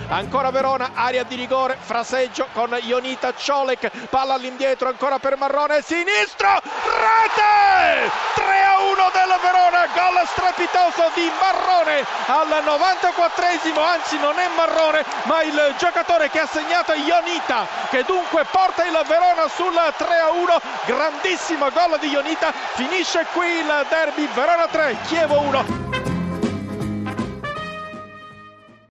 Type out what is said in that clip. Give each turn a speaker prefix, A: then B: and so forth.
A: ancora Verona, area di rigore, fraseggio con Jonita Colek, palla all'indietro ancora per Marrone, sinistro, rete! 3-1 del Verona, gol strepitoso di Marrone al 94esimo, anzi non è Marrone ma il giocatore che ha segnato Jonita, che dunque porta il Verona sul 3-1, grandissimo gol di Jonita, finisce qui il derby. Verona 3, Chievo 1.